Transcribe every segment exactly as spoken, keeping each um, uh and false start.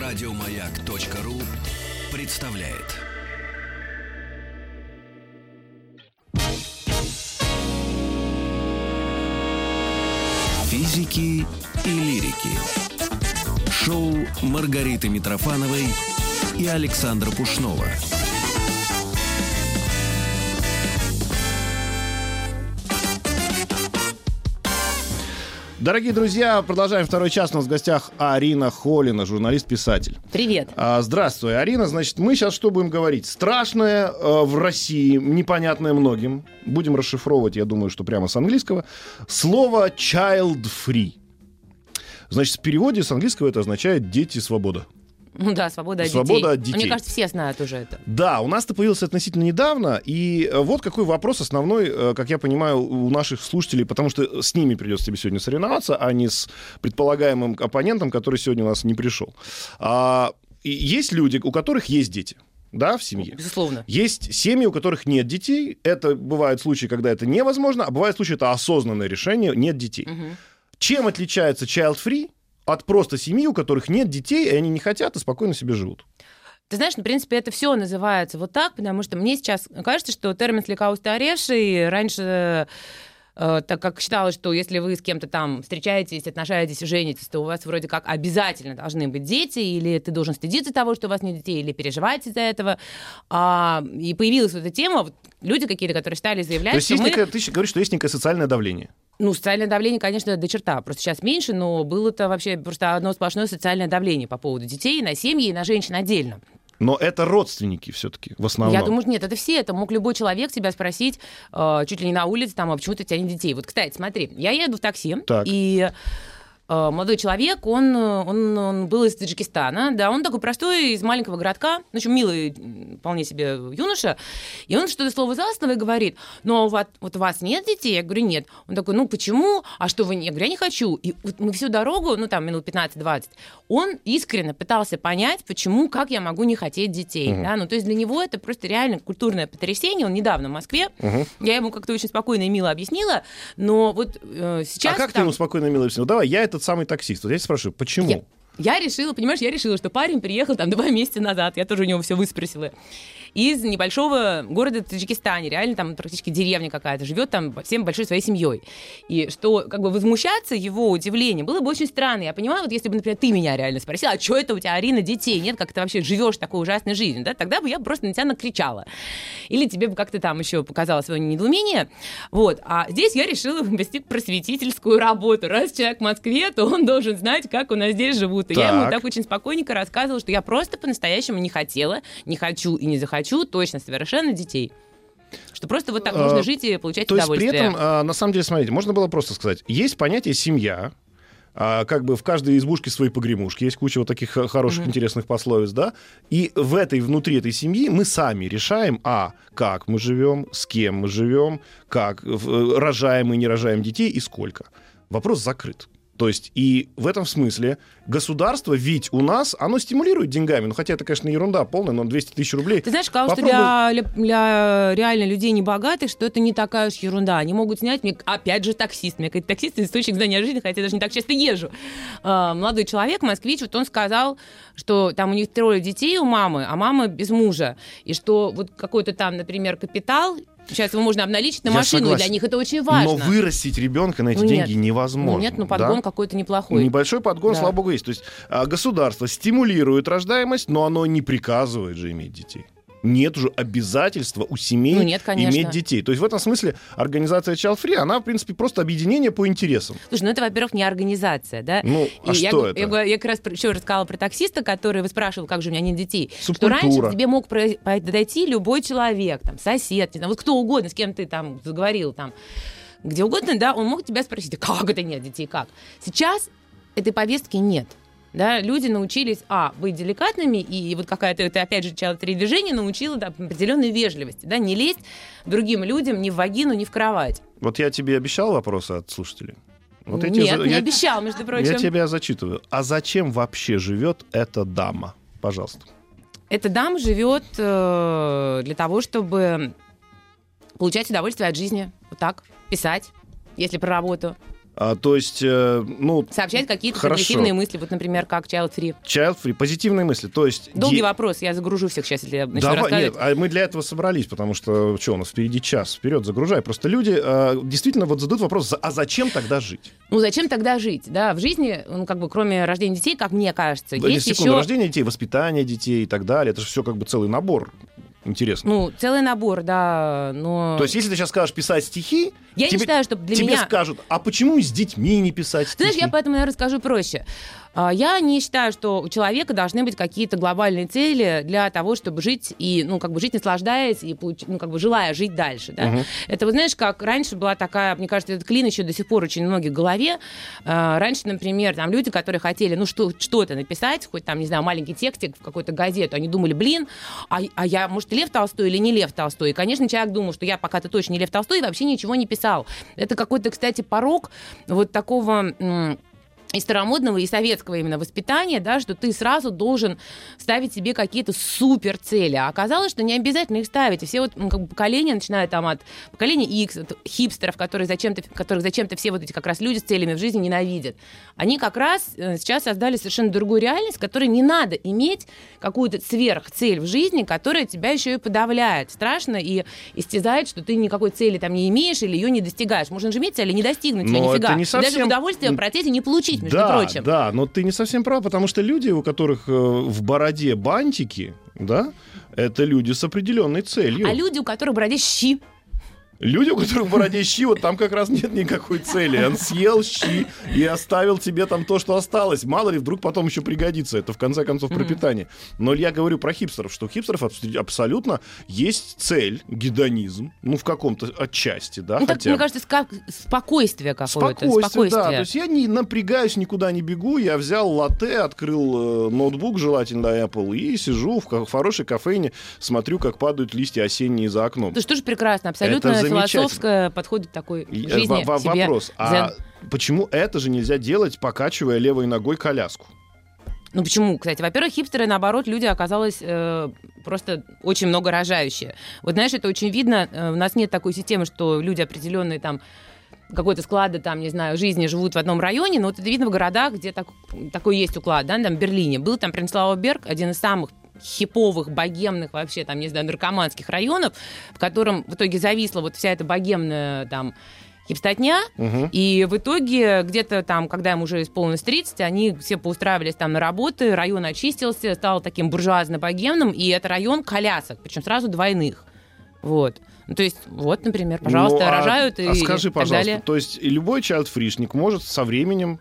Радиомаяк.ру представляет. Физики и лирики. Шоу Маргариты Митрофановой и Александра Пушнова. Дорогие друзья, продолжаем второй час. У нас в гостях Арина Холина, журналист-писатель. Привет. А, здравствуй, Арина. Значит, мы сейчас что будем говорить? Страшное э, в России, непонятное многим. Будем расшифровывать, я думаю, что прямо с английского. Слово child-free. Значит, в переводе с английского это означает «дети-свобода». Ну да, свобода от Свобода детей. от детей. Мне кажется, все знают уже это. Да, у нас-то появился относительно недавно, и вот какой вопрос основной, как я понимаю, у наших слушателей, потому что с ними придется тебе сегодня соревноваться, а не с предполагаемым оппонентом, который сегодня у нас не пришел. А, есть люди, у которых есть дети. Да, в семье. Безусловно. Есть семьи, у которых нет детей. Это бывают случаи, когда это невозможно, а бывают случаи, это осознанное решение, нет детей. Угу. Чем отличается child-free от просто семьи, у которых нет детей, и они не хотят и спокойно себе живут? Ты знаешь, ну, в принципе, это все называется вот так, потому что мне сейчас кажется, что термин слегка устаревший. Раньше, э, так как считалось, что если вы с кем-то там встречаетесь, отношаетесь, женитесь, то у вас вроде как обязательно должны быть дети, или ты должен стыдиться того, что у вас нет детей, или переживать из-за этого. А, и появилась вот эта тема, вот, люди какие-то, которые стали заявлять, То есть что есть мы... некое, ты говоришь, что есть некое социальное давление? Ну, социальное давление, конечно, до черта. Просто сейчас меньше, но было-то вообще просто одно сплошное социальное давление по поводу детей, на семьи и на женщин отдельно. Но это родственники все-таки в основном. Я думаю, нет, это все. Это мог любой человек тебя спросить э, чуть ли не на улице, там, а почему ты у тебя нет детей. Вот, кстати, смотри, я еду в такси, Так. и... молодой человек, он, он, он был из Таджикистана, да, он такой простой, из маленького городка, в общем, милый вполне себе юноша, и он что-то слово за слово говорит, ну, вот, вот у вас нет детей? Я говорю, нет. Он такой, ну, почему? А что вы не? Я говорю, я не хочу. И вот мы всю дорогу, ну, там, минут пятнадцать-двадцать, он искренне пытался понять, почему, как я могу не хотеть детей, uh-huh. да, ну, то есть для него это просто реально культурное потрясение, он недавно в Москве, uh-huh. я ему как-то очень спокойно и мило объяснила, но вот э, сейчас... А как там... ты ему спокойно и мило объяснил? Давай, я этот самый таксист. Вот я тебя спрашиваю, почему? Я, я решила, понимаешь, я решила, что парень приехал там два месяца назад, я тоже у него все выспросила, из небольшого города в Таджикистане, реально там практически деревня какая-то, живет там всем большой своей семьей. И что, как бы, возмущаться его удивлением было бы очень странно. Я понимаю, вот если бы, например, ты меня реально спросила, а что это у тебя, Арина, детей нет, как ты вообще живешь такой ужасной жизнью, да, тогда бы я просто на тебя накричала. Или тебе бы как-то там еще показала свое недоумение. Вот. А здесь я решила ввести просветительскую работу. Раз человек в Москве, то он должен знать, как у нас здесь живут. И так. я ему так очень спокойненько рассказывала, что я просто по-настоящему не хотела, не хочу и не захочу точно совершенно детей. Что просто вот так а, можно жить и получать то удовольствие. То есть при этом, а, на самом деле, смотрите, можно было просто сказать, есть понятие «семья», а, как бы в каждой избушке свои погремушки, есть куча вот таких хороших, mm-hmm. интересных пословиц, да, и в этой, внутри этой семьи мы сами решаем, а, как мы живем, с кем мы живем, как, рожаем и не рожаем детей и сколько. Вопрос закрыт. То есть и в этом смысле государство ведь у нас, оно стимулирует деньгами. Ну, хотя это, конечно, ерунда полная, но двести тысяч рублей. Ты знаешь, сказала, Попробуй... что для, для реально людей небогатых, что это не такая уж ерунда. Они могут снять, мне, опять же, таксист. Мне говорит, таксист — источник знания жизни, хотя я даже не так часто езжу. А, молодой человек, москвич, вот он сказал, что там у них трое детей у мамы, а мама без мужа. И что вот какой-то там, например, капитал... Сейчас его можно обналичить на Я машину, согласен. и для них это очень важно. Но вырастить ребенка на эти ну, деньги нет. невозможно. Ну нет, ну подгон да? какой-то неплохой. Небольшой подгон, да. слава богу, есть. То есть государство стимулирует рождаемость, но оно не приказывает же иметь детей. Нет уже обязательства у семей ну, нет, иметь детей. То есть в этом смысле организация child-free, она, в принципе, просто объединение по интересам. Слушай, ну это, во-первых, не организация, да? Ну, а и что я, это? Я, я как раз еще рассказала про таксиста, который вы спрашивали, как же у меня нет детей. Субкультура. Что раньше к тебе мог подойти любой человек, там, сосед, не знаю, вот кто угодно, с кем ты там заговорил, там, где угодно, да, он мог тебя спросить, как это нет детей, как? Сейчас этой повестки нет. Да, люди научились, а, быть деликатными, и вот какая-то, это опять же, child-free движение научило да, определенной вежливости, да, не лезть другим людям ни в вагину, ни в кровать. Вот я тебе обещал вопросы от слушателей? Вот Нет, я тебе, не я, обещал, между прочим. Я тебя зачитываю. А зачем вообще живет эта дама? Пожалуйста. Эта дама живет э, для того, чтобы получать удовольствие от жизни. Вот так, писать, если про работу. А, то есть, э, ну... Сообщать какие-то хорошо. прогрессивные мысли, вот, например, как child free. Child free, позитивные мысли, то есть... Долгий е... вопрос, я загружу всех сейчас, если я начну Давай, рассказывать. Нет, а мы для этого собрались, потому что, что, у нас впереди час, вперед, загружай. Просто люди э, действительно вот задают вопрос, а зачем тогда жить? Ну, зачем тогда жить? Да, в жизни, ну, как бы, кроме рождения детей, как мне кажется, Да, есть секунду, еще... рождение детей, воспитание детей и так далее, это же все как бы целый набор. Интересно. Ну, целый набор, да, но... То есть, если ты сейчас скажешь писать стихи, Я тебе, не считаю, что для тебе меня... скажут, а почему с детьми не писать стихи? Знаешь, я поэтому, наверное, расскажу проще. Я не считаю, что у человека должны быть какие-то глобальные цели для того, чтобы жить и, ну, как бы жить, наслаждаясь и, ну, как бы желая жить дальше, да. Угу. Это, вы знаешь, как раньше была такая, мне кажется, этот клин еще до сих пор очень многих в голове. Раньше, например, там люди, которые хотели, ну, что, что-то написать, хоть там, не знаю, маленький текстик в какую-то газету, они думали, блин, а, а я, может, Лев Толстой или не Лев Толстой? И, конечно, человек думал, что я пока-то точно не Лев Толстой и вообще ничего не писал. Это какой-то, кстати, порог вот такого... и старомодного, и советского именно воспитания, да, что ты сразу должен ставить себе какие-то супер цели. А оказалось, что не обязательно их ставить. И все вот, ну, как бы поколения, начиная там от поколения X, от хипстеров, которые зачем-то, которых зачем-то все вот эти как раз люди с целями в жизни ненавидят, они как раз сейчас создали совершенно другую реальность, в которой не надо иметь какую-то сверхцель в жизни, которая тебя еще и подавляет. Страшно и истязает, что ты никакой цели там не имеешь или ее не достигаешь. Можно же иметь цель и не достигнуть ее нифига. Не совсем... И даже удовольствие в процессе не получить, между да, прочим. Да, но ты не совсем прав, потому что люди, у которых э, в бороде бантики, да, это люди с определенной целью. А люди, у которых в бороде щи. Люди, у которых в бороде щи, вот там как раз нет никакой цели. Он съел щи и оставил тебе там то, что осталось. Мало ли, вдруг потом еще пригодится. Это, в конце концов, пропитание. Но я говорю про хипстеров, что у хипстеров абсолютно есть цель, гедонизм, ну, в каком-то отчасти, да, ну, хотя... так, мне кажется, ска- спокойствие какое-то. Спокойствие, Спокойствие, да. То есть я не напрягаюсь, никуда не бегу. Я взял латте, открыл э, ноутбук, желательно Apple, и сижу в, в хорошей кофейне, смотрю, как падают листья осенние за окном. Это тоже прекрасно, абсолютно философское подходит к такой жизни. В- в- себе. Вопрос, а почему это же нельзя делать, покачивая левой ногой коляску? Ну почему, кстати? Во-первых, хипстеры, наоборот, люди оказалось э, просто очень много рожающие. Вот знаешь, это очень видно. Э, у нас нет такой системы, что люди определенные там какой-то склада, там, не знаю, жизни живут в одном районе, но вот это видно в городах, где так, такой есть уклад, да, там в Берлине. Был там Пренслауэр Берг, один из самых хиповых, богемных, вообще, там, не знаю, наркоманских районов, в котором в итоге зависла вот вся эта богемная, там, хипстотня, угу. И в итоге где-то там, когда им уже исполнилось тридцать, они все поустраивались там на работы, район очистился, стал таким буржуазно-богемным, и это район колясок, причем сразу двойных. Вот. Ну, то есть, вот, например, пожалуйста, ну, а, рожают и, а скажи, и так пожалуйста, далее. То есть любой child-free-шник может со временем,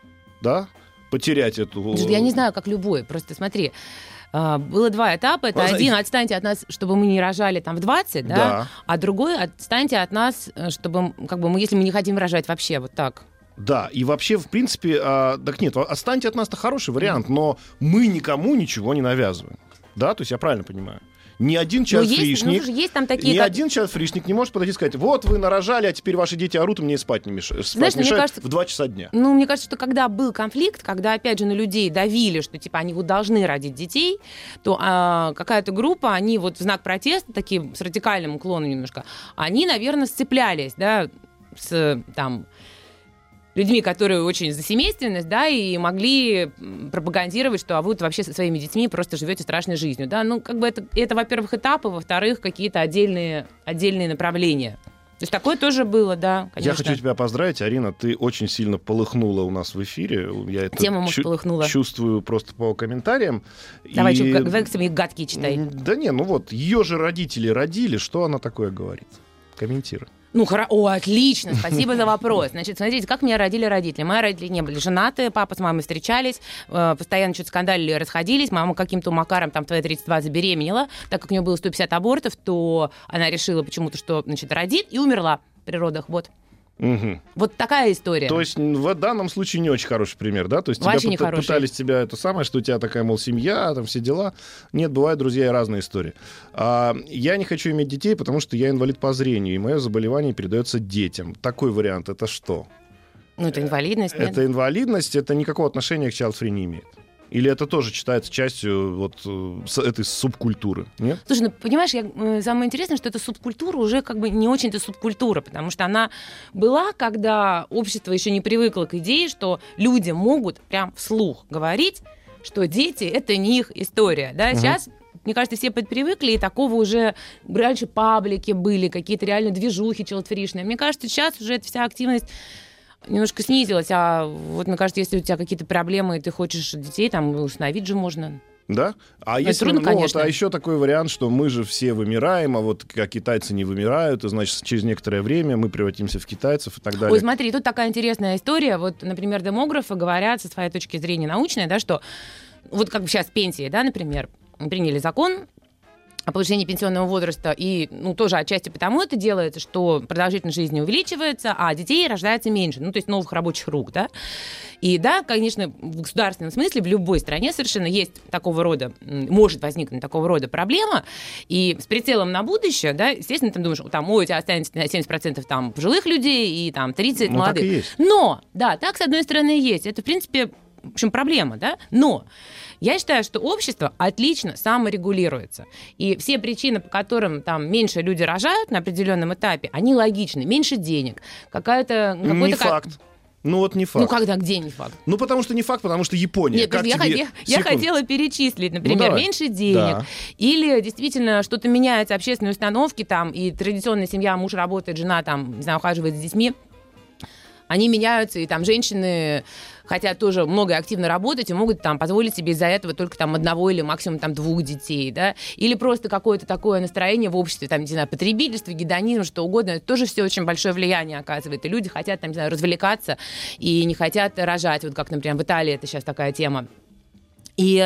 да, потерять эту... Я не знаю, как любой, просто смотри. Было два этапа. Это ну, один, отстаньте от нас, чтобы мы не рожали там в двадцать, да? Да. А другой, отстаньте от нас, чтобы, как бы, мы, если мы не хотим рожать вообще, вот так. Да, и вообще, в принципе, а, так нет, отстаньте от нас-то хороший вариант, но мы никому ничего не навязываем. Да, то есть я правильно понимаю? Ни один child-free-шник, ну, есть там такие, ни как... один child-free-шник не может подойти и сказать, вот вы нарожали, а теперь ваши дети орут, и мне спать не мешают, спать Знаешь, мешают кажется, в два часа дня. Ну, мне кажется, что когда был конфликт, когда, опять же, на людей давили, что, типа, они вот должны родить детей, то а, какая-то группа, они вот в знак протеста, такие с радикальным уклоном немножко, они, наверное, сцеплялись, да, с, там... людьми, которые очень за семейственность, да, и могли пропагандировать, что а вы вот вообще со своими детьми просто живете страшной жизнью, да, ну, как бы это, это во-первых, этапы, во-вторых, какие-то отдельные, отдельные направления. То есть такое тоже было, да, конечно. Я хочу тебя поздравить, Арина, ты очень сильно полыхнула у нас в эфире. Я это Тема, может, чу- полыхнула. Чувствую просто по комментариям. Давай, и... чё, давай свои гадкие читай. Да не, ну вот, ее же родители родили, что она такое говорит? Комментируй. Ну, хоро... О, отлично, спасибо за вопрос. Значит, смотрите, как меня родили родители. Мои родители не были женаты, папа с мамой встречались, э, постоянно что-то скандалили, расходились. Мама каким-то макаром, там, твоя тридцать два забеременела. Так как у нее было сто пятьдесят абортов, то она решила почему-то, что, значит, родит, и умерла при родах. Вот. Угу. Вот такая история. То есть в данном случае не очень хороший пример, да? То есть Вообще тебя не пыт- пытались тебя это самое, что у тебя такая, мол, семья, там все дела. Нет, бывают, друзья, и разные истории. А, я не хочу иметь детей, потому что я инвалид по зрению, и мое заболевание передается детям. Такой вариант — это что? Ну, это инвалидность, нет? Это инвалидность, это никакого отношения к child-free не имеет. Или это тоже считается частью вот с этой субкультуры? Нет? Слушай, ну, понимаешь, я, самое интересное, что эта субкультура уже как бы не очень-то субкультура, потому что она была, когда общество еще не привыкло к идее, что люди могут прям вслух говорить, что дети — это не их история. Да? Сейчас, угу. мне кажется, все подпривыкли, и такого уже раньше паблики были, какие-то реально движухи челтфришные. Мне кажется, сейчас уже эта вся активность немножко снизилась, а вот, мне кажется, если у тебя какие-то проблемы, и ты хочешь детей, там, усыновить же можно. Да? А это если, трудно, ну, конечно. Вот, а еще такой вариант, что мы же все вымираем, а вот как китайцы не вымирают, и, значит, через некоторое время мы превратимся в китайцев и так далее. Ой, смотри, тут такая интересная история. Вот, например, демографы говорят со своей точки зрения научной, да, что вот как бы сейчас пенсии, да, например, приняли закон о повышении пенсионного возраста, и ну, тоже отчасти потому это делается, что продолжительность жизни увеличивается, а детей рождается меньше, ну, то есть новых рабочих рук, да. И да, конечно, в государственном смысле в любой стране совершенно есть такого рода, может возникнуть такого рода проблема, и с прицелом на будущее, да, естественно, ты думаешь, там, ой, у тебя останется семьдесят процентов там пожилых людей и там тридцать процентов молодых. Так и есть. Но, да, так, с одной стороны, есть. Это, в принципе, в общем, проблема, да, но я считаю, что общество отлично саморегулируется. И все причины, по которым там меньше люди рожают на определенном этапе, они логичны. Меньше денег, какая-то... Не факт. Ну вот не факт. Ну когда, где не факт? Ну потому что не факт, потому что Япония. Нет, как я, тебе... я, я хотела перечислить, например, ну, меньше денег, да. Или действительно что-то меняется, общественные установки, там, и традиционная семья, муж работает, жена там, не знаю, ухаживает за детьми. Они меняются, и там женщины хотят тоже много и активно работать и могут там позволить себе из-за этого только там одного или максимум там двух детей, да, или просто какое-то такое настроение в обществе, там, не знаю, потребительство, гедонизм, что угодно, это тоже все очень большое влияние оказывает, и люди хотят, там, не знаю, развлекаться и не хотят рожать, вот как, например, в Италии это сейчас такая тема. И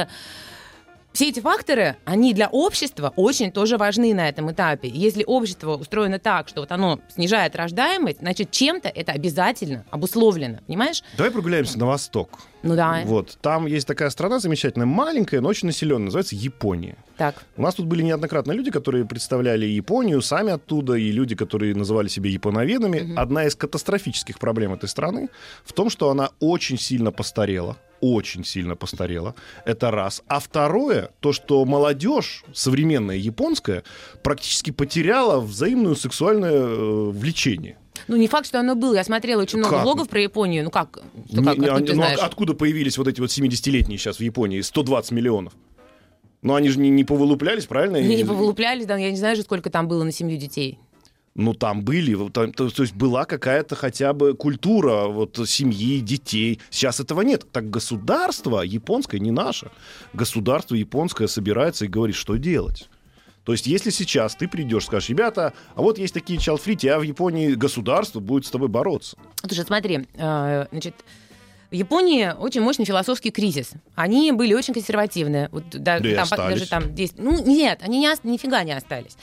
все эти факторы, они для общества очень тоже важны на этом этапе. Если общество устроено так, что вот оно снижает рождаемость, значит, чем-то это обязательно обусловлено, понимаешь? Давай прогуляемся на восток. Ну да. Вот. Там есть такая страна замечательная, маленькая, но очень населенная, называется Япония. Так. У нас тут были неоднократно люди, которые представляли Японию, сами оттуда, и люди, которые называли себя японоведами. Mm-hmm. Одна из катастрофических проблем этой страны в том, что она очень сильно постарела. Очень сильно постарела. Это раз. А второе, то, что молодежь, современная японская, практически потеряла взаимное сексуальное э, влечение. Ну, не факт, что оно было. Я смотрела очень много как? блогов про Японию. Ну, как? Что, не, как? Не, ты ну, знаешь? Откуда появились вот эти вот семидесятилетние сейчас в Японии? сто двадцать миллионов. Ну, они же не, не повылуплялись, правильно? Не, не повылуплялись, да. Я не знаю же, сколько там было на семью детей. Ну, там были, там, то, то есть была какая-то хотя бы культура вот, семьи, детей. Сейчас этого нет. Так государство японское, не наше, государство японское собирается и говорит, что делать. То есть, если сейчас ты придешь, скажешь, ребята, а вот есть такие чайлдфри, а в Японии государство будет с тобой бороться. Слушай, смотри, э, значит... В Японии очень мощный философский кризис. Они были очень консервативные. Вот, да, да там, даже там действ... Ну, нет, они не, нифига не остались.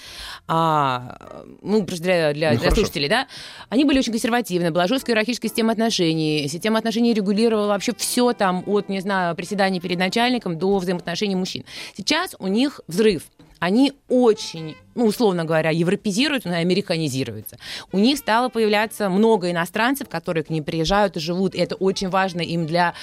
А, ну, просто для, для, ну, для слушателей, да. Они были очень консервативны. Была жесткая иерархическая система отношений. Система отношений регулировала вообще все там, от, не знаю, приседаний перед начальником до взаимоотношений мужчин. Сейчас у них взрыв. Они очень, ну, условно говоря, европезируются, американизируются. У них стало появляться много иностранцев, которые к ним приезжают и живут, и это очень важно им для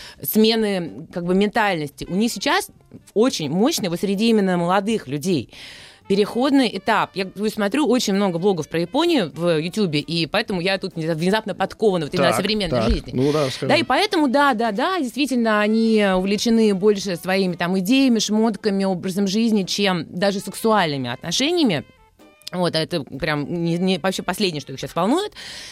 смены как бы ментальности. У них сейчас очень мощный вот среди именно молодых людей переходный этап. Я смотрю очень много блогов про Японию в Ютубе, и поэтому я тут внезапно подкована вот именно современной так. жизни. Ну, да, скажи. Да, и поэтому, да, да, да, действительно, они увлечены больше своими там идеями, шмотками, образом жизни, чем даже сексуальными отношениями. Вот, а это прям не, не, вообще последнее, что их сейчас волнует.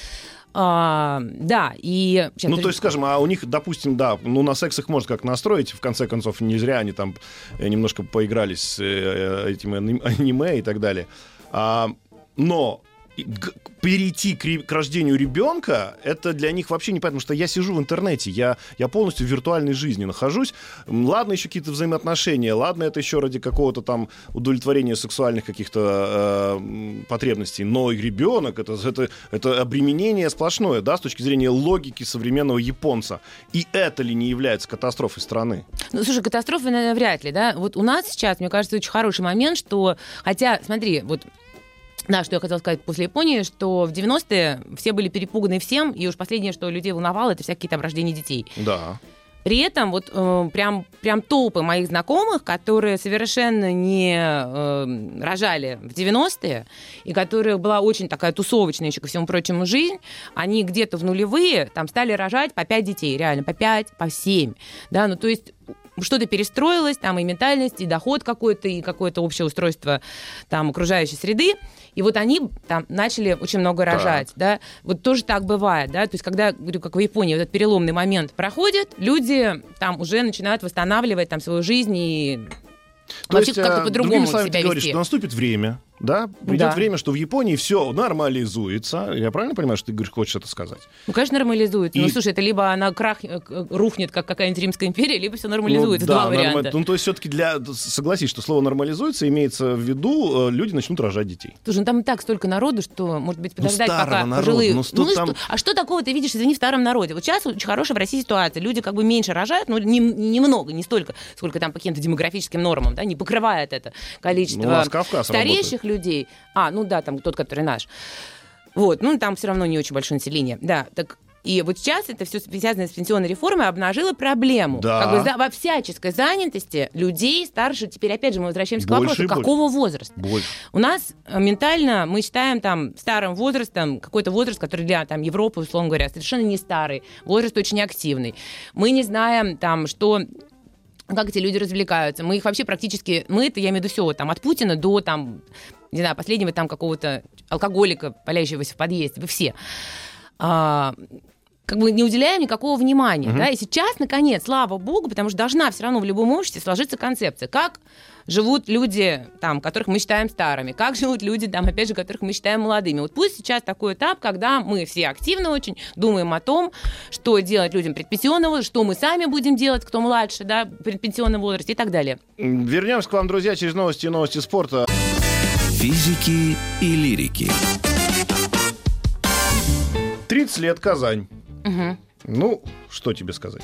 А, да, и... Сейчас, ну, то есть, скажем, а у них, допустим, да, ну, на секс их можно как настроить, в конце концов, не зря они там немножко поигрались с э, этим аниме и так далее. А, но перейти к, к рождению ребенка, это для них вообще не понятно, потому что я сижу в интернете, я, я полностью в виртуальной жизни нахожусь. Ладно, еще какие-то взаимоотношения, ладно, это еще ради какого-то там удовлетворения сексуальных каких-то э, потребностей, но и ребенок, это, это, это обременение сплошное, да, с точки зрения логики современного японца. И это ли не является катастрофой страны? Ну, слушай, катастрофой, наверное, вряд ли, да. Вот у нас сейчас, мне кажется, очень хороший момент, что, хотя, смотри, вот да, что я хотела сказать после Японии, что в девяностые все были перепуганы всем, и уж последнее, что людей волновало, это всякие там рождения детей. Да. При этом вот э, прям, прям толпы моих знакомых, которые совершенно не э, рожали в девяностые, и которых была очень такая тусовочная еще ко всему прочему жизнь, они где-то в нулевые там стали рожать по пять детей, реально, по пять, по семь. Да? Ну, то есть что-то перестроилось, там и ментальность, и доход какой-то, и какое-то общее устройство там окружающей среды. И вот они там начали очень много рожать, да. Вот тоже так бывает, да. То есть когда, говорю, как в Японии, вот этот переломный момент проходит, люди там уже начинают восстанавливать там свою жизнь и То вообще есть, как-то по-другому другими словами, себя ты говоришь, вести. что наступит время, да, придет Да. время, что в Японии все нормализуется. Я правильно понимаю, что ты говоришь, хочешь это сказать? Ну, конечно, нормализуется. И- Ну, слушай, это либо она крах, э, к- рухнет, как какая-нибудь Римская империя, либо все нормализуется. Ну, да, Два варианта. норма- Ну, то есть все-таки для... Согласись, что слово «нормализуется» имеется в виду, э, люди начнут рожать детей. Слушай, ну там и так столько народу, что, может быть, Ну, подождать, старого пока народа, пожилые... ну, что и там- что? А что такого ты видишь, извини, в старом народе? Вот сейчас очень хорошая в России ситуация. Люди как бы меньше рожают, но не- немного, не столько, сколько там по каким-то демографическим нормам, да, не покрывает это количество Ну, у нас Кавказ старейших людей. А, ну да, там тот, который наш. Вот, ну там все равно не очень большое население. Да, так... И вот сейчас это все связано с пенсионной реформой обнажило проблему. Да. Как бы за- во всяческой занятости людей старше, теперь опять же мы возвращаемся Больше к вопросу, и больше. какого возраста. Больше. У нас э, ментально мы считаем там старым возрастом какой-то возраст, который для там, Европы, условно говоря, совершенно не старый, возраст очень активный. Мы не знаем там, что... как эти люди развлекаются. Мы их вообще практически... Мы это, я имею в виду все, там, от Путина до, там, не знаю, последнего там какого-то алкоголика, валяющегося в подъезде. Вы все. А, как бы не уделяем никакого внимания. Мгм. Да? И сейчас, наконец, слава богу, потому что должна все равно в любом обществе сложиться концепция. Как живут люди, там, которых мы считаем старыми, как живут люди, там, опять же, которых мы считаем молодыми. Вот пусть сейчас такой этап, когда мы все активно очень думаем о том, что делать людям предпенсионного, что мы сами будем делать, кто младше, да, в предпенсионном возрасте и так далее. М, Вернемся к вам, друзья, через новости и новости спорта. Физики и лирики. тридцать лет, Казань. Мгм. Ну, что тебе сказать?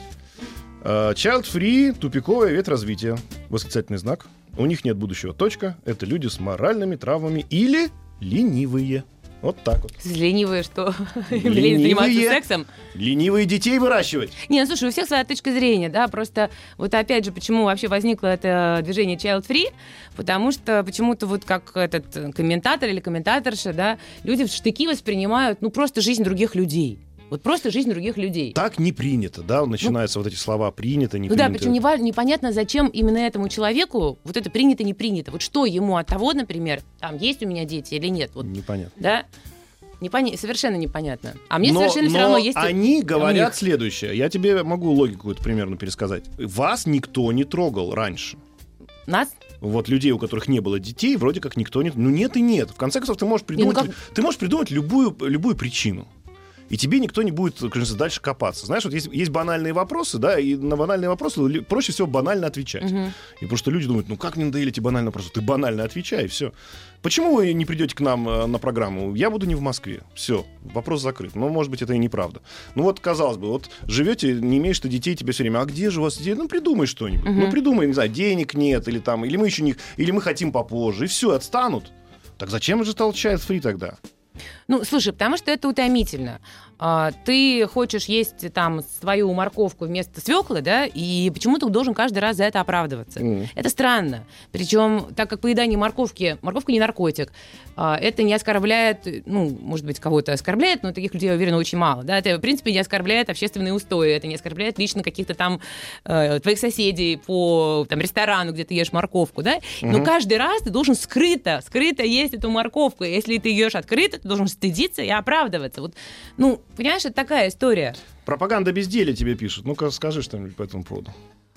Э, Child Free, тупиковая ветвь развития. Восклицательный знак. У них нет будущего. Точка. Это люди с моральными травмами или ленивые. Вот так вот. Ленивые, что Ленивые. лень заниматься сексом. Ленивые детей выращивать. Не, ну слушай, у всех своя точка зрения, да, просто вот опять же, почему вообще возникло это движение Child Free, потому что почему-то вот как этот комментатор или комментаторша, да, люди в штыки воспринимают, ну, просто жизнь других людей. Вот просто жизнь других людей. Так не принято, да? Начинаются вот эти слова «принято», «не Ну да, принято». причем не ва- непонятно, зачем именно этому человеку вот это принято, не принято. Вот что ему от того, например, там, есть у меня дети или нет, вот, Непонятно. да? Непоня- совершенно непонятно. А мне но, совершенно все но равно есть... они у говорят них. следующее. Я тебе могу логику эту примерно пересказать. Вас никто не трогал раньше. Нас? Вот людей, у которых не было детей, вроде как никто не... Ну нет и нет. В конце концов, ты можешь придумать, ну как- ты можешь придумать любую, любую причину. И тебе никто не будет, конечно, дальше копаться. Знаешь, вот есть, есть банальные вопросы, да, и на банальные вопросы ли- проще всего банально отвечать. Мгм. И потому что люди думают, ну как мне надоели эти банальные вопросы? Ты банально отвечай, и все. Почему вы не придете к нам э, на программу? Я буду не в Москве. Все, вопрос закрыт. Ну, может быть, это и неправда. Ну вот, казалось бы, вот живете, не имеешь ты детей, тебе все время, а где же у вас дети? Ну, придумай что-нибудь. Мгм. Ну, придумай, не знаю, денег нет, или там, или мы еще не, или мы хотим попозже, и все, отстанут. Так зачем же стал Child Free тогда? Ну, слушай, потому что это утомительно. А, ты хочешь есть там свою морковку вместо свеклы, да, и почему-то должен каждый раз за это оправдываться. Мгм. Это странно. Причем, так как поедание морковки, морковка не наркотик, а, это не оскорбляет, ну, может быть, кого-то оскорбляет, но таких людей, я уверена, очень мало. Да? Это, в принципе, не оскорбляет общественные устои, это не оскорбляет лично каких-то там э, твоих соседей по там, ресторану, где ты ешь морковку, да. Но Мгм. каждый раз ты должен скрыто, скрыто есть эту морковку. И если ты ешь открыто, ты должен стыдиться и оправдываться. Вот, ну, понимаешь, это такая история. Пропаганда безделия тебе пишут. Ну-ка, скажи что-нибудь по этому поводу.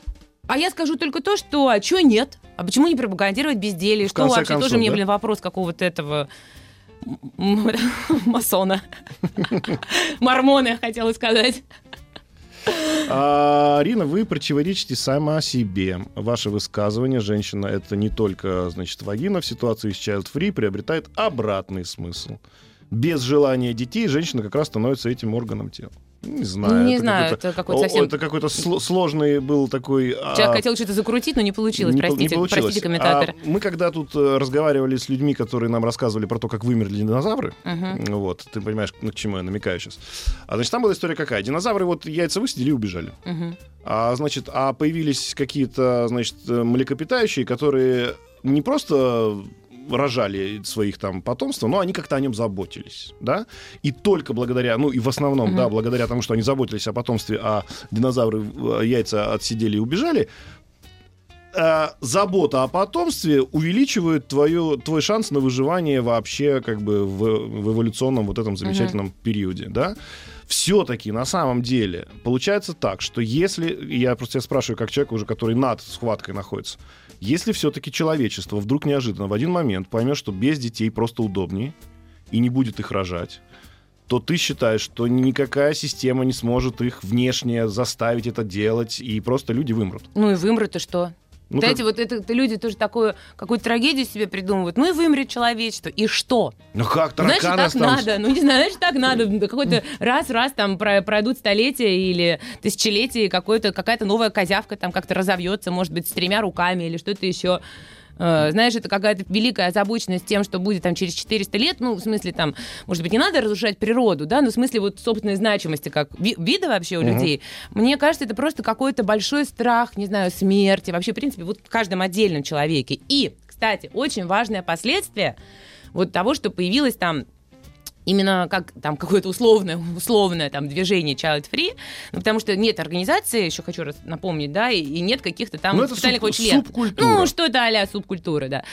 А я скажу только то, что а чё нет? А почему не пропагандировать безделие? В Что конце вообще концов, тоже мне, да? блин, вопрос какого-то этого м- м- масона. Мормона, я хотела сказать. А, Арина, вы противоречите сама себе. Ваше высказывание «женщина — это не только, значит, вагина» в ситуации с Child Free приобретает обратный смысл. Без желания детей женщина как раз становится этим органом тела. Не знаю. Не это знаю, какой-то- это какой-то о, совсем... Это какой-то сло- сложный был такой... а, Человек хотел что-то закрутить, но не получилось. не по- не Простите, получилось. простите, комментатор. А мы когда тут э, разговаривали с людьми, которые нам рассказывали про то, как вымерли динозавры, Мгм. вот, ты понимаешь, ну, к чему я намекаю сейчас. А значит, там была история какая? Динозавры вот яйца высидели и убежали. Мгм. А, значит, а появились какие-то, значит, млекопитающие, которые не просто рожали своих там потомства, но они как-то о нем заботились, да, и только благодаря, ну и в основном, mm-hmm. да, благодаря тому, что они заботились о потомстве, а динозавры яйца отсидели и убежали, э, забота о потомстве увеличивает твою, твой шанс на выживание вообще как бы в, в эволюционном вот этом замечательном mm-hmm. периоде, да. Все-таки на самом деле получается так, что если, я просто тебя спрашиваю как человек уже, который над схваткой находится, если все-таки человечество вдруг неожиданно в один момент поймет, что без детей просто удобнее и не будет их рожать, то ты считаешь, что никакая система не сможет их внешне заставить это делать, и просто люди вымрут? Ну и вымрут, и что? Ну, Знаете, как... вот это, это люди тоже такую какую-то трагедию себе придумывают. Ну и вымрет человечество. И что? Ну как, тараканы Значит, так останутся? надо. Ну не знаю, значит, так надо. Какой-то раз-раз там пройдут столетия или тысячелетия, какой-то, какая-то новая козявка там как-то разовьется, может быть, с тремя руками или что-то еще. Знаешь, это какая-то великая озабоченность тем, что будет там через четыреста лет, ну, в смысле, там, может быть, не надо разрушать природу, да, но в смысле вот собственной значимости как ви- вида вообще у uh-huh. людей. Мне кажется, это просто какой-то большой страх, не знаю, смерти, вообще, в принципе, вот в каждом отдельном человеке. И, кстати, очень важное последствие вот того, что появилось там именно как там какое-то условное, условное там движение Child Free, ну, потому что нет организации, еще хочу раз напомнить, да, и, и нет каких-то там ну, специальных суп, членов. Субкультура. Ну, что-то а-ля субкультура, да.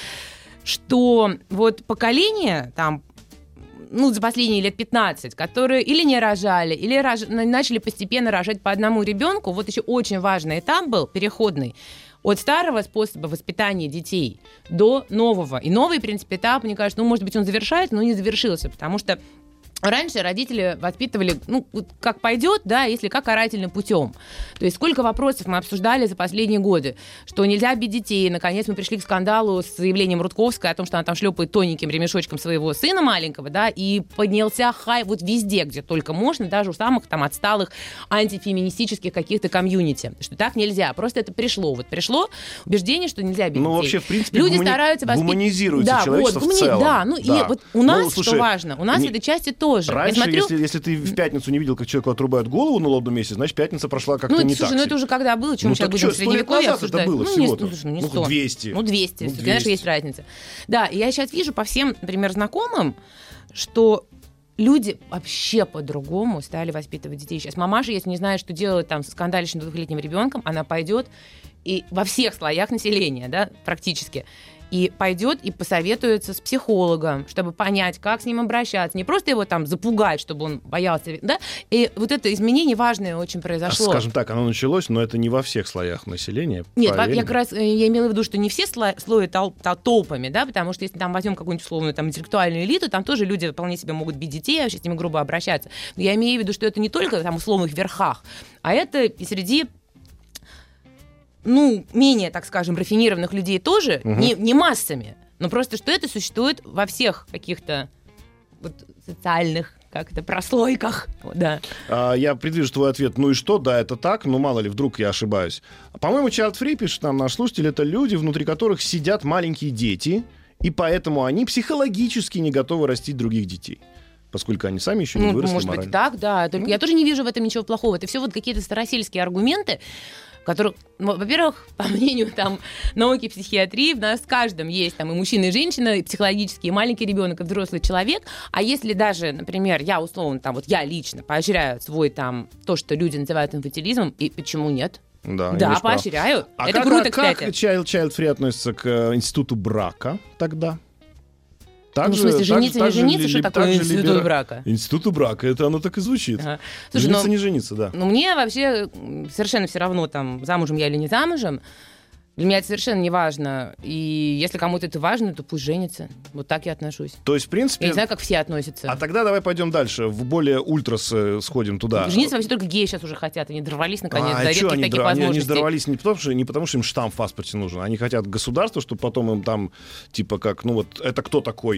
Что вот поколение там, ну, за последние лет пятнадцать, которые или не рожали, или рож... начали постепенно рожать по одному ребенку, вот еще очень важный этап был, переходный, от старого способа воспитания детей до нового. И новый, в принципе, этап, мне кажется, ну, может быть, он завершается, но не завершился, потому что раньше родители воспитывали, ну, как пойдет, да, если как карательным путем. То есть сколько вопросов мы обсуждали за последние годы, что нельзя бить детей. Наконец мы пришли к скандалу с заявлением Рудковской о том, что она там шлепает тоненьким ремешочком своего сына маленького, да, и поднялся хай вот везде, где только можно, даже у самых там отсталых антифеминистических каких-то комьюнити, что так нельзя. Просто это пришло. Вот пришло убеждение, что нельзя бить ну, детей. вообще, в принципе, люди гумани... стараются воспитывать... гуманизируется да, человечество вот, гумани... в целом. Да, ну да. и вот у нас, ну, слушай, что важно, у нас не... в этой части тоже. Раньше, смотрю... если, если ты в пятницу не видел, как человеку отрубают голову на лобном месте, значит, пятница прошла как-то ну, не слушай, так. ну это уже когда было, чем ну, мы сейчас будем в Средневековье обсуждать? Это было ну, всего-то. Не, ну, не ну, сто. двести. Ну, двести. Ну, двести. Конечно, есть разница. Да, и я сейчас вижу по всем, например, знакомым, что люди вообще по-другому стали воспитывать детей. Сейчас мамаша, если не знает, что делать там со скандалищным двухлетним ребенком, она пойдет и во всех слоях населения, да, практически, и пойдет и посоветуется с психологом, чтобы понять, как с ним обращаться. Не просто его там запугать, чтобы он боялся, да? И вот это изменение важное очень произошло. А, скажем так, оно началось, но это не во всех слоях населения. Нет, поверь я мне. как раз я имела в виду, что не все слои, слои тол- тол- толпами, да, потому что если там возьмем какую-нибудь условную там интеллектуальную элиту, там тоже люди вполне себе могут бить детей, вообще с ними грубо обращаться. Но я имею в виду, что это не только там условных верхах, а это и среди ну, менее, так скажем, рафинированных людей тоже, угу. не, не массами, но просто что это существует во всех каких-то вот, социальных как-то прослойках. Да. А, я предвижу твой ответ. Ну и что? Да, это так, но мало ли, вдруг я ошибаюсь. По-моему, Child Free, пишет нам наш слушатель, это люди, внутри которых сидят маленькие дети, и поэтому они психологически не готовы растить других детей. Поскольку они сами еще не ну, выросли может морально. быть, так, да. Только ну. я тоже не вижу в этом ничего плохого. Это все вот какие-то старосельские аргументы, которых, ну, во-первых, по мнению там, науки психиатрии, в нас в каждом есть там, и мужчина, и женщина, и психологически, и маленький ребенок, и взрослый человек. А если даже, например, я условно, там, вот я лично поощряю свой там, то, что люди называют инфантилизмом, и почему нет? Да, да поощряю. А это как, круто, а как кстати. Child, Child Free относится к э, институту брака тогда? Так ну, же, в смысле, жениться, так не же, жениться, ли, что такое институт либера... брака? Институт брака, это оно так и звучит. Ага. Слушай, жениться, ну, не жениться, да. Ну, мне вообще совершенно все равно, там, замужем я или не замужем. Для меня это совершенно не важно. И если кому-то это важно, то пусть женится. Вот так я отношусь. То есть, в принципе... Я не знаю, как все относятся. А тогда давай пойдем дальше, в более ультрас сходим туда. Жениться вообще только геи сейчас уже хотят. Они дорвались, наконец, а, до редких они таких дор... возможностей. Они дорвались не потому, что, не потому, что им штамп в паспорте нужен. Они хотят государства, чтобы потом им там, типа, как, ну вот, это кто такой?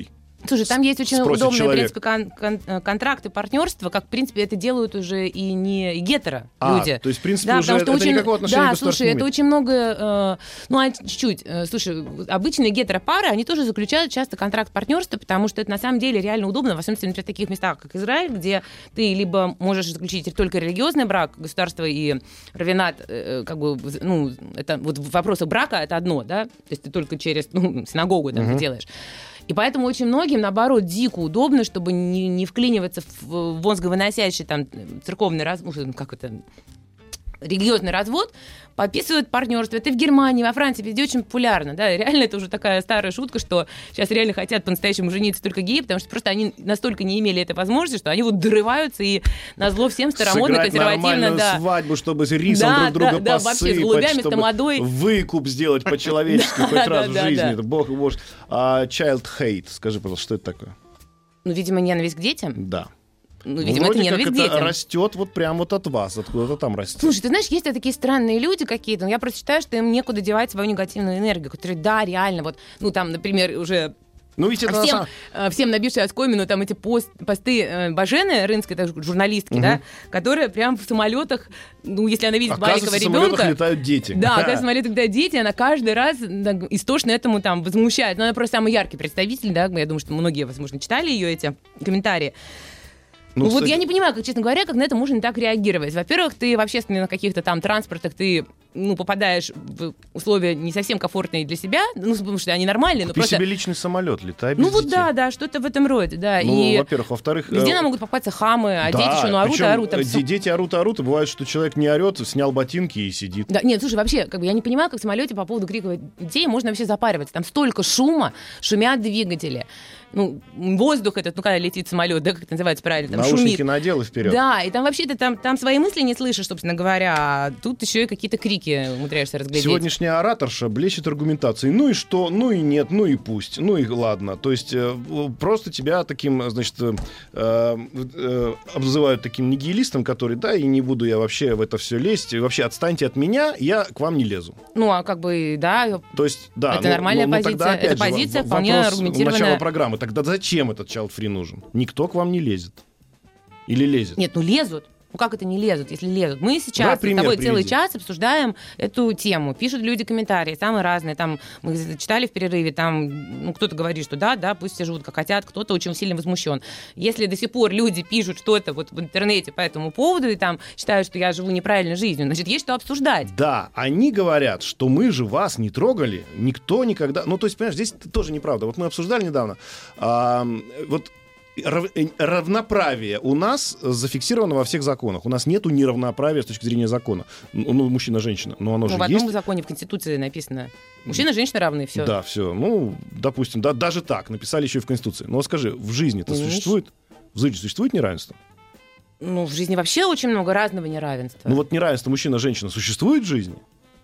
Слушай, там есть очень спросит удобные, человек. в принципе, кон- кон- контракты, партнерства, как, в принципе, это делают уже и не гетеро А, люди. то есть, в принципе, Да, уже потому что это очень- никакого отношения Да, к государству слушай, не это имеет. очень много, э, ну, а чуть-чуть. Э, слушай, обычные гетеропары, они тоже заключают часто контракт партнерства, потому что это на самом деле реально удобно, в особенности, например, в таких местах, как Израиль, где ты либо можешь заключить только религиозный брак, государство и раввинат, э, как бы, ну, это вот в вопросах брака это одно, да, то есть ты только через, ну, синагогу там Мгм. ты делаешь. И поэтому очень многим, наоборот, дико удобно, чтобы не, не вклиниваться в мозговыносящий там церковный раз, ну, как это, религиозный развод, подписывают партнерство. Это в Германии, во Франции, везде очень популярно. Да? Реально это уже такая старая шутка, что сейчас реально хотят по-настоящему жениться только геи, потому что просто они настолько не имели этой возможности, что они вот дорываются и назло всем старомодно, Сыграть консервативно. нормальную Да. свадьбу, чтобы с рисом Да, друг друга да, да, вообще, с посыпать, голубями, с чтобы тамадой. выкуп сделать по-человечески хоть Да, раз да, в да, жизни. да. Это бог и боже. А child hate, скажи, пожалуйста, что это такое? Ну, видимо, ненависть к детям. Да. Ну, Ну, видимо, это вроде ненависть как к это детям. растет вот прям вот от вас, откуда-то там растет. Слушай, ты знаешь, есть такие странные люди какие-то, но я просто считаю, что им некуда девать свою негативную энергию, которые, да, реально, вот, ну, там, например, уже Ну, ведь это на всем, самом- э, всем набившие оскомину там эти пост, посты э, Бажены Рынской, это журналистки, Мгм. да, которая прям в самолетах, ну, если она видит маленького Оказывается, в самолетах ребенка... летают дети. Да, оказывается, в самолетах летают дети, она каждый раз да, истошно этому там возмущается. Но она просто самый яркий представитель, да, я думаю, что многие, возможно, читали ее эти комментарии. Ну, вот кстати, я не понимаю, как, честно говоря, как на это можно так реагировать. Во-первых, ты в общественных каких-то там транспортах, ты, ну, попадаешь в условия не совсем комфортные для себя, ну, потому что они нормальные, но Купи просто... себе личный самолет, летай без Ну вот детей. да, да, что-то в этом роде, да. Ну, и во-первых, во-вторых... везде э, нам могут попасться хамы, а да, дети еще, ну, орут, причем, и орут. Там э, всё- де- дети орут, и орут, и бывает, что человек не орет, снял ботинки и сидит. Да, нет, слушай, вообще, как бы я не понимаю, как в самолете по поводу крика детей можно вообще запариваться. Там столько шума, шумят двигатели. Ну, воздух этот, ну, когда летит самолет, да, как это называется правильно, там Наушники шумит. надел и вперед. Да, и там вообще-то там, там свои мысли не слышишь, собственно говоря, а тут еще и какие-то крики умудряешься разглядеть. Сегодняшняя ораторша блещет аргументацией. Ну и что? Ну и нет, ну и пусть. Ну и ладно. То есть э, просто тебя таким, значит, э, э, обзывают таким нигилистом, который, да, и не буду я вообще в это все лезть. И вообще отстаньте от меня, я к вам не лезу. Ну, а как бы, да, То есть, да. Это ну, нормальная ну, ну, тогда, позиция. опять Эта же, позиция в- вполне вопрос аргументированная. начала программы. Тогда зачем этот child-free нужен? Никто к вам не лезет. Или лезет? нет, ну лезут. Ну как это не лезут, если лезут? Мы Давай сейчас с пример тобой приведи. целый час обсуждаем эту тему. Пишут люди комментарии, самые разные. Там мы читали в перерыве, там ну, кто-то говорит, что да, да, пусть все живут как хотят, кто-то очень сильно возмущен. Если до сих пор люди пишут что-то вот в интернете по этому поводу и там считают, что я живу неправильной жизнью, значит, есть что обсуждать. Да, они говорят, что мы же вас не трогали, никто никогда... Ну, то есть, понимаешь, здесь тоже неправда. Вот мы обсуждали недавно. А, вот рав- э, равноправие у нас зафиксировано во всех законах. У нас нету неравноправия с точки зрения закона. Ну, ну, мужчина-женщина, но оно Ну, же в одном есть. законе в Конституции написано. Мужчина и женщина равны, все. Да, все. Ну, допустим, да, даже так написали еще и в Конституции. Но скажи, в жизни-то Ну, существует... В жизни существует неравенство? Ну, в жизни вообще очень много разного неравенства. Ну вот неравенство мужчина-женщина существует в жизни?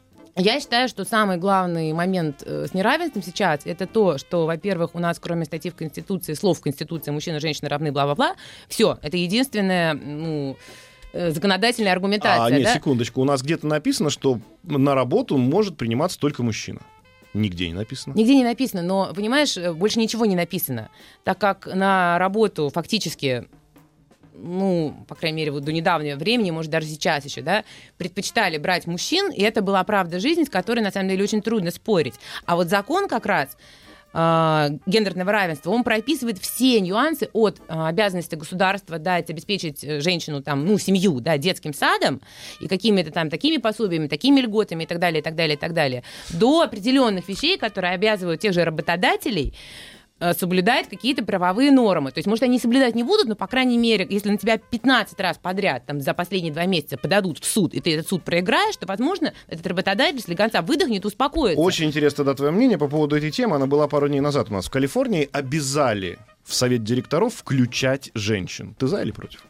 Я считаю, что самый главный момент э, с неравенством сейчас это то, что, во-первых, у нас кроме статьи в Конституции, слов в Конституции «мужчина и женщина равны», бла-бла-бла, все, это единственная, ну, э, законодательная аргументация. А, нет, да? секундочку. У нас где-то написано, что на работу может приниматься только мужчина. Нигде не написано. Нигде не написано, но, понимаешь, э, больше ничего не написано, так как на работу фактически, ну, по крайней мере, вот до недавнего времени, может, даже сейчас еще, да, предпочитали брать мужчин, и это была правда жизни, с которой, на самом деле, очень трудно спорить. А вот закон как раз э, гендерного равенства, он прописывает все нюансы от э, обязанности государства дать, обеспечить э, женщину, там, ну, семью, да, детским садом и какими-то там такими пособиями, такими льготами и так далее, и так далее, и так далее, до определенных вещей, которые обязывают тех же работодателей э, соблюдать какие-то правовые нормы. То есть, может, они соблюдать не будут, но, по крайней мере, если на тебя пятнадцать раз подряд там, за последние два месяца подадут в суд, и ты этот суд проиграешь, то, возможно, этот работодатель с конца выдохнет и успокоится. Очень интересно, да, твое мнение по поводу этой темы. Она была пару дней назад у нас в Калифорнии. Обязали в совет директоров включать женщин. Ты за или против?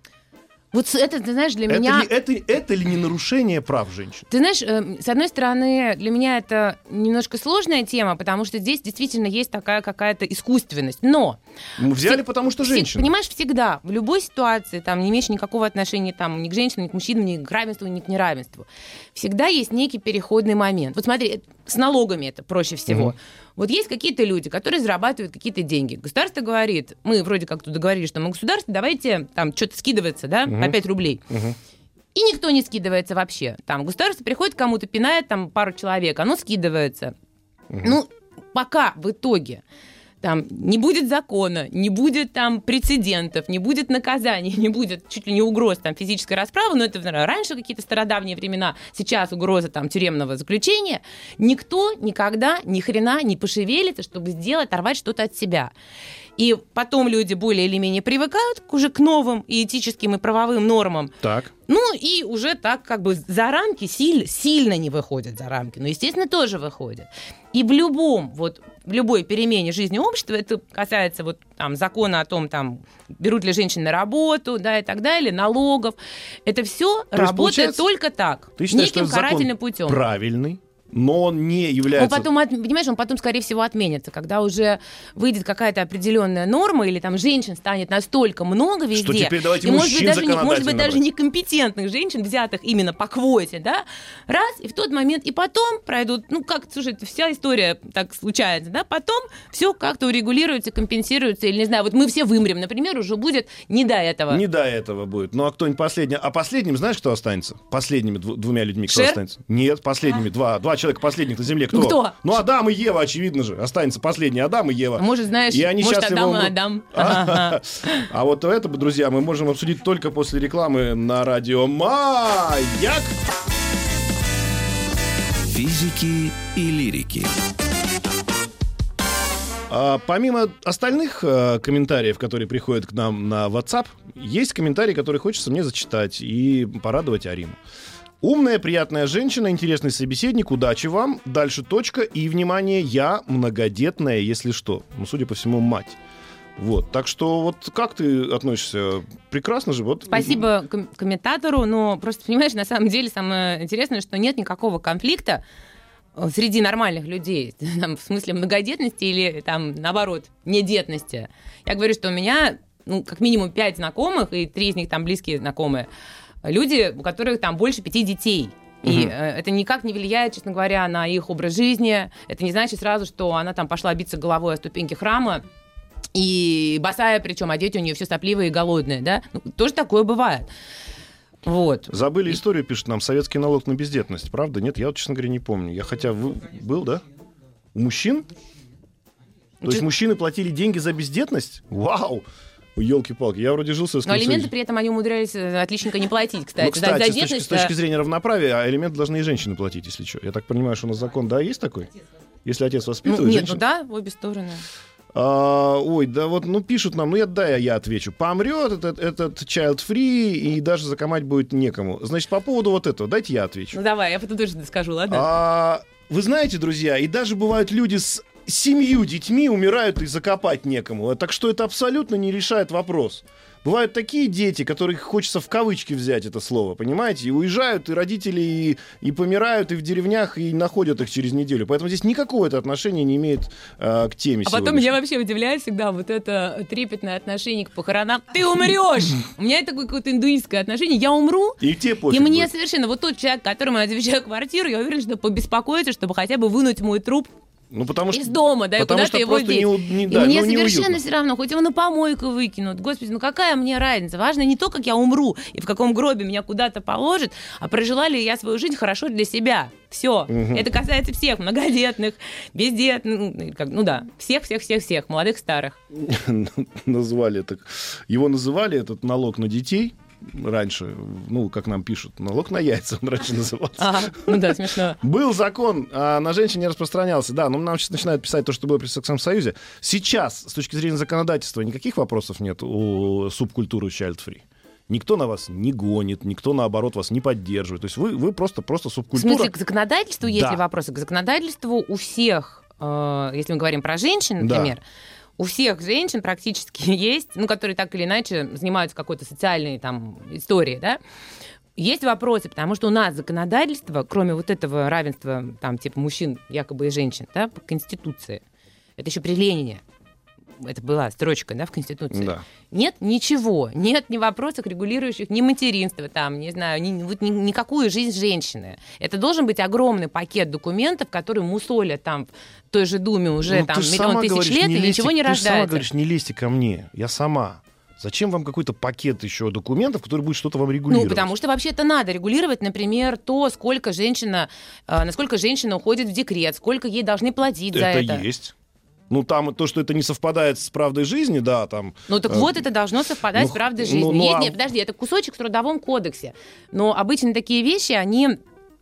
Вот это, ты знаешь, для Это, меня... ли, это, это ли не нарушение прав женщин? Ты знаешь, э, с одной стороны, для меня это немножко сложная тема, потому что здесь действительно есть такая какая-то искусственность. Но... Мы взяли, Все- потому что все- женщины. Понимаешь, всегда, в любой ситуации, там, не имеющей никакого отношения там, ни к женщинам, ни к мужчинам, ни к равенству, ни к неравенству, всегда есть некий переходный момент. Вот смотри, с налогами это проще всего. Угу. Вот есть какие-то люди, которые зарабатывают какие-то деньги. Государство говорит, мы вроде как тут договорились, что мы государство, давайте там что-то скидываться, да, угу. по пять рублей. Угу. И никто не скидывается вообще. Там государство приходит к кому-то, пинает там пару человек, оно скидывается. Угу. Ну, пока в итоге там не будет закона, не будет там прецедентов, не будет наказаний, не будет чуть ли не угроз там физической расправы, но это раньше какие-то стародавние времена, сейчас угроза там тюремного заключения, никто никогда ни хрена не пошевелится, чтобы сделать, оторвать что-то от себя. И потом люди более или менее привыкают уже к новым и этическим, и правовым нормам. Так. Ну, и уже так как бы за рамки сильно, сильно не выходят за рамки, но, естественно, тоже выходят. И в любом, вот, в любой перемене жизни общества, это касается вот, там, закона о том, там, берут ли женщины на работу, да, и так далее, налогов, это все работает только так, ты считаешь, неким что карательным путем. Правильный, но он не является... Он потом, понимаешь, он потом, скорее всего, отменится, когда уже выйдет какая-то определенная норма, или там женщин станет настолько много везде, что теперь давайте и, может быть, даже, законодательно может быть, даже брать. некомпетентных женщин, взятых именно по квоте, да, раз, и в тот момент, и потом пройдут, ну, как, слушай, вся история так случается, да, потом все как-то урегулируется, компенсируется, или, не знаю, вот мы все вымрем, например, уже будет не до этого. Не до этого будет. Ну, а кто-нибудь последний... А последним знаешь, кто останется? Последними дв- двумя людьми кто Шер? останется? Нет, последними. А. Два, два человека последних на земле. Кто? Ну, кто? Ну, Адам и Ева, очевидно же. Останется последний Адам и Ева. А может, знаешь, и они может, Адам умрут. и Адам. А, а вот это, друзья, мы можем обсудить только после рекламы на радио Маяк. Физики и лирики. А, помимо остальных а, комментариев, которые приходят к нам на WhatsApp, есть комментарии, которые хочется мне зачитать и порадовать Арину. Умная, приятная женщина, интересный собеседник, удачи вам. Дальше точка. И, внимание, я многодетная, если что. Ну, судя по всему, мать. Вот, так что вот как ты относишься? Прекрасно же. Вот. Спасибо ком- комментатору, но просто, понимаешь, на самом деле самое интересное, что нет никакого конфликта среди нормальных людей, там, в смысле многодетности или, там, наоборот, недетности. Я говорю, что у меня, ну, как минимум пять знакомых, и три из них там близкие знакомые, люди, у которых там больше пяти детей. И uh-huh. э, это никак не влияет, честно говоря, на их образ жизни. Это не значит сразу, что она там пошла биться головой о ступеньки храма, и босая, причем, а дети у нее все сопливые и голодные, да? Ну, тоже такое бывает. Вот. Забыли историю, пишет нам, советский налог на бездетность. Правда? Нет, я вот, честно говоря, не помню. Я хотя вы... был, да? У мужчин? То есть мужчины платили деньги за бездетность? Вау! Елки-палки, я вроде жил в Советском Но алименты Союзе. при этом они умудрялись отличненько не платить, кстати. Ну, кстати, за, за с, точки, с точки зрения равноправия, а алименты должны и женщины платить, если что. Я так понимаю, что у нас закон, да, есть такой? Если отец воспитывает, ну, нет, женщина... ну да, в обе стороны. А, ой, да вот, ну, пишут нам, ну, я, да, я, я отвечу. Помрет этот, этот child-free, и даже закомать будет некому. Значит, по поводу вот этого, дайте я отвечу. Ну, давай, я потом тоже скажу, ладно? А, вы знаете, друзья, и даже бывают люди с семью детьми умирают и закопать некому. Так что это абсолютно не решает вопрос. Бывают такие дети, которых хочется в кавычки взять это слово, понимаете? И уезжают, и родители и, и помирают, и в деревнях, и находят их через неделю. Поэтому здесь никакого это отношения не имеет э, к теме А потом я вообще удивляюсь всегда вот это трепетное отношение к похоронам. Ты умрешь! У меня это такое какое-то индуистское отношение. Я умру, и тебе пофиг и мне будет. совершенно... Вот тот человек, которому я завещаю квартиру, я уверена, что побеспокоится, чтобы хотя бы вынуть мой труп Ну, потому что, из дома, да, и потому куда-то что его просто деть. не, не, И да, мне ну, совершенно неуютно. все равно, хоть его на помойку выкинут. Господи, ну какая мне разница? Важно не то, как я умру и в каком гробе меня куда-то положат, а прожила ли я свою жизнь хорошо для себя. Все. Угу. Это касается всех, многодетных, бездетных, ну, как, ну да, всех-всех-всех-всех, молодых, старых. Назвали так. Его называли, этот налог на детей, раньше, ну, как нам пишут, налог на яйца он раньше назывался. Ага, ну да, смешно. Был закон, а на женщин не распространялся. Да, но нам сейчас начинают писать то, что было при Советском Союзе. Сейчас, с точки зрения законодательства, никаких вопросов нет у субкультуры child-free. Никто на вас не гонит, никто, наоборот, вас не поддерживает. То есть вы, вы просто, просто В субкультура. смысле, к законодательству есть Да. ли вопросы? К законодательству у всех, э, если мы говорим про женщин, Да. например, у всех женщин практически есть, ну, которые так или иначе занимаются какой-то социальной там историей, да, есть вопросы, потому что у нас законодательство, кроме вот этого равенства, там, типа, мужчин якобы и женщин, да, по Конституции, это еще при Ленине, это была строчка, да, в Конституции. Да. Нет ничего, нет ни вопросов, регулирующих ни материнство, там, не знаю, ни, вот, ни, никакую жизнь женщины. Это должен быть огромный пакет документов, которые мусолят там в той же Думе уже ну, там миллион тысяч говоришь, лет, и лезьте, ничего не ты рождается. Ты сама говоришь, не лезьте ко мне, я сама. Зачем вам какой-то пакет еще документов, который будет что-то вам регулировать? Ну, потому что вообще-то надо регулировать, например, то, сколько женщина, э, насколько женщина уходит в декрет, сколько ей должны платить это за это. Это есть. Ну, там то, что это не совпадает с правдой жизни, да, там... Ну, так э, вот это должно совпадать ну, с правдой жизни. Ну, ну, есть, а... Нет, подожди, это кусочек в Трудовом кодексе. Но обычно такие вещи, они...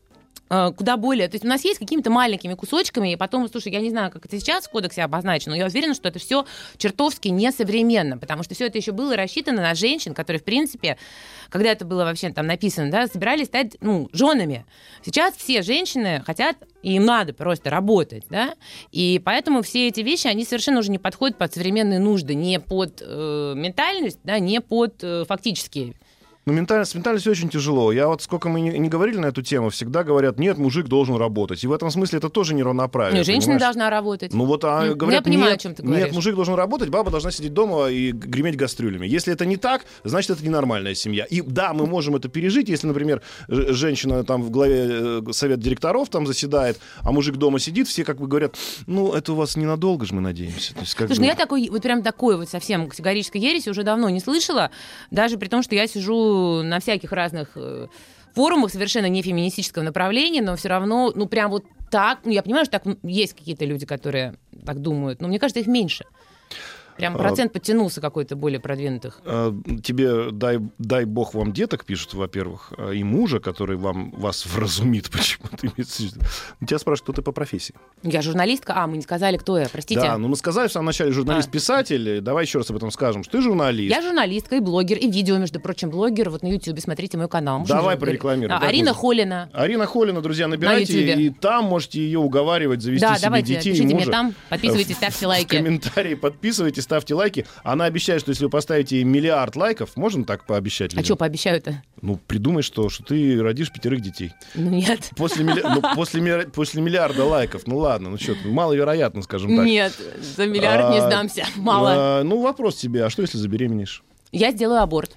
куда более... То есть у нас есть какими-то маленькими кусочками, и потом, слушай, я не знаю, как это сейчас в кодексе обозначено, но я уверена, что это все чертовски несовременно, потому что все это еще было рассчитано на женщин, которые, в принципе, когда это было вообще там написано, да, собирались стать, ну, женами. Сейчас все женщины хотят, и им надо просто работать, да, и поэтому все эти вещи, они совершенно уже не подходят под современные нужды, не под э, ментальность, да, не под э, фактические. Ну, ментально, с ментальностью очень тяжело. Я вот сколько мы не, не говорили на эту тему, всегда говорят, нет, мужик должен работать. И в этом смысле это тоже неравноправие. Ну, женщина должна работать. Ну, вот а, ну, говорят, я понимаю, нет, о чем ты говоришь. Нет, мужик должен работать, баба должна сидеть дома и греметь кастрюлями. Если это не так, значит, это ненормальная семья. И да, мы можем это пережить, если, например, женщина там в главе совета директоров там заседает, а мужик дома сидит, все как бы говорят, ну, это у вас ненадолго же, мы надеемся. То есть, как Слушай, бы... ну я такой, вот прям такой вот совсем категорической ереси уже давно не слышала, даже при том, что я сижу на всяких разных э, форумах совершенно не феминистического направления, но все равно, ну, прям вот так, ну, я понимаю, что так есть какие-то люди, которые так думают, но мне кажется, их меньше. Прям процент а, подтянулся какой-то более продвинутых. А, тебе дай, дай бог вам деток, пишут, во-первых, и мужа, который вам, вас вразумит почему-то. Тебя спрашивают, кто ты по профессии. Я журналистка. А, мы не сказали, кто я, простите. Да, ну мы сказали в самом начале журналист-писатель. А. Давай еще раз об этом скажем, что ты журналист. Я журналистка и блогер, и видео, между прочим, блогер. Вот на Ютьюбе смотрите мой канал. Можно Давай прорекламируем. А, да, Арина Холина. Арина Холина, друзья, набирайте, и там можете ее уговаривать завести да, себе давайте, детей и пишите мужа. мне там, подписывайтесь, ставьте лайки. В комментарии подписывайтесь, ставьте лайки. Она обещает, что если вы поставите миллиард лайков, можно так пообещать людям? А что пообещаю-то? Ну, придумай, что, что ты родишь пятерых детей. Ну, нет. После, милли... ну, после, после миллиарда лайков, ну ладно, ну что, маловероятно, скажем так. Нет, за миллиард а, не сдамся, мало. А, ну, вопрос тебе, а что, если забеременеешь? Я сделаю аборт.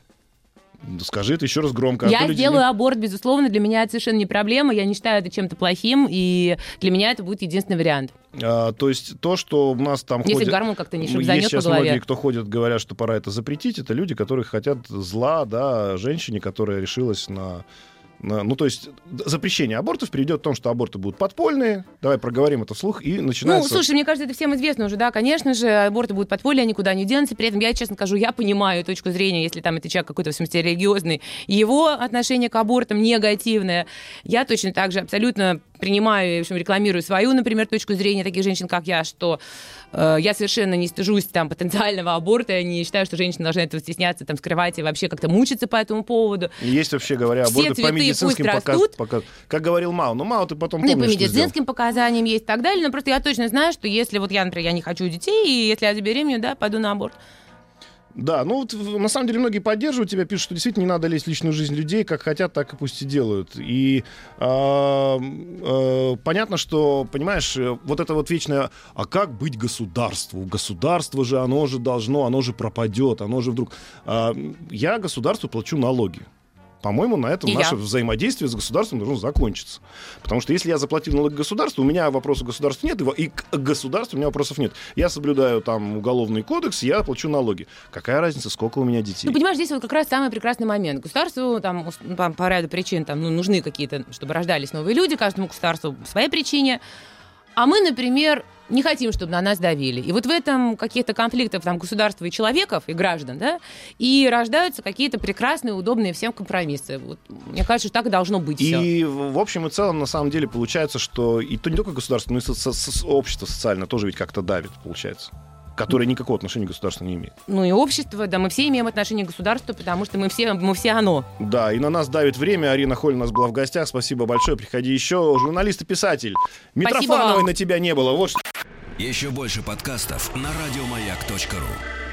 Скажи это еще раз громко. Я а сделаю люди... аборт, безусловно, для меня это совершенно не проблема, я не считаю это чем-то плохим, и для меня это будет единственный вариант. А, то есть то, что у нас там Если ходит... гормон как-то не шибанет есть сейчас по голове. многие, кто ходят, говорят, что пора это запретить, это люди, которые хотят зла, да, женщине, которая решилась на... Ну, то есть запрещение абортов приведет к тому, что аборты будут подпольные. Давай проговорим это вслух, и начинается... Ну, слушай, мне кажется, это всем известно уже, да, конечно же, аборты будут подпольные, никуда не денутся. При этом я, честно скажу, я понимаю точку зрения, если там это человек какой-то, в смысле, религиозный, его отношение к абортам негативное. Я точно так же абсолютно принимаю и, в общем, рекламирую свою, например, точку зрения таких женщин, как я, что э, я совершенно не стыжусь там потенциального аборта, я не считаю, что женщина должна этого стесняться, там, скрывать и вообще как-то мучиться по этому поводу. Есть, вообще говоря, аборты по медицинским показаниям. Показ... Как говорил Мао, ну Мао ты потом помнишь, ну, и по медицинским показаниям есть и так далее, но просто я точно знаю, что если вот я, например, я не хочу детей, и если я забеременею, да, пойду на аборт. Да, ну вот на самом деле многие поддерживают тебя, пишут, что действительно не надо лезть в личную жизнь людей, как хотят, так и пусть и делают. И э, э, понятно, что, понимаешь, вот это вот вечное, а как быть государству? Государство же, оно же должно, оно же пропадет, оно же вдруг... Э, я государству плачу налоги. По-моему, на этом и наше я. взаимодействие с государством должно закончиться. Потому что если я заплатил налог государству, у меня вопросов к государству нет, и к государству у меня вопросов нет. Я соблюдаю там уголовный кодекс, я плачу налоги. Какая разница, сколько у меня детей? Ну, понимаешь, здесь вот как раз самый прекрасный момент. Государству там, по, по ряду причин там, ну, нужны какие-то, чтобы рождались новые люди, каждому государству по своей причине. А мы, например, не хотим, чтобы на нас давили. И вот в этом каких-то конфликтов там, государства и человеков, и граждан, да, и рождаются какие-то прекрасные, удобные всем компромиссы. Вот, мне кажется, что так и должно быть. И все. В общем и целом, на самом деле, получается, что и то не только государство, но и со- со- со- общество социально тоже ведь как-то давит, получается. Которое никакого отношения к государству не имеет. Ну и общество, да, мы все имеем отношение к государству, потому что мы все, мы все оно. Да, и на нас давит время. Арина Холина у нас была в гостях. Спасибо большое. Приходи еще. Журналист и писатель. Митрофановой на тебя не было. Вот что. Еще больше подкастов на радиомаяк точка ру.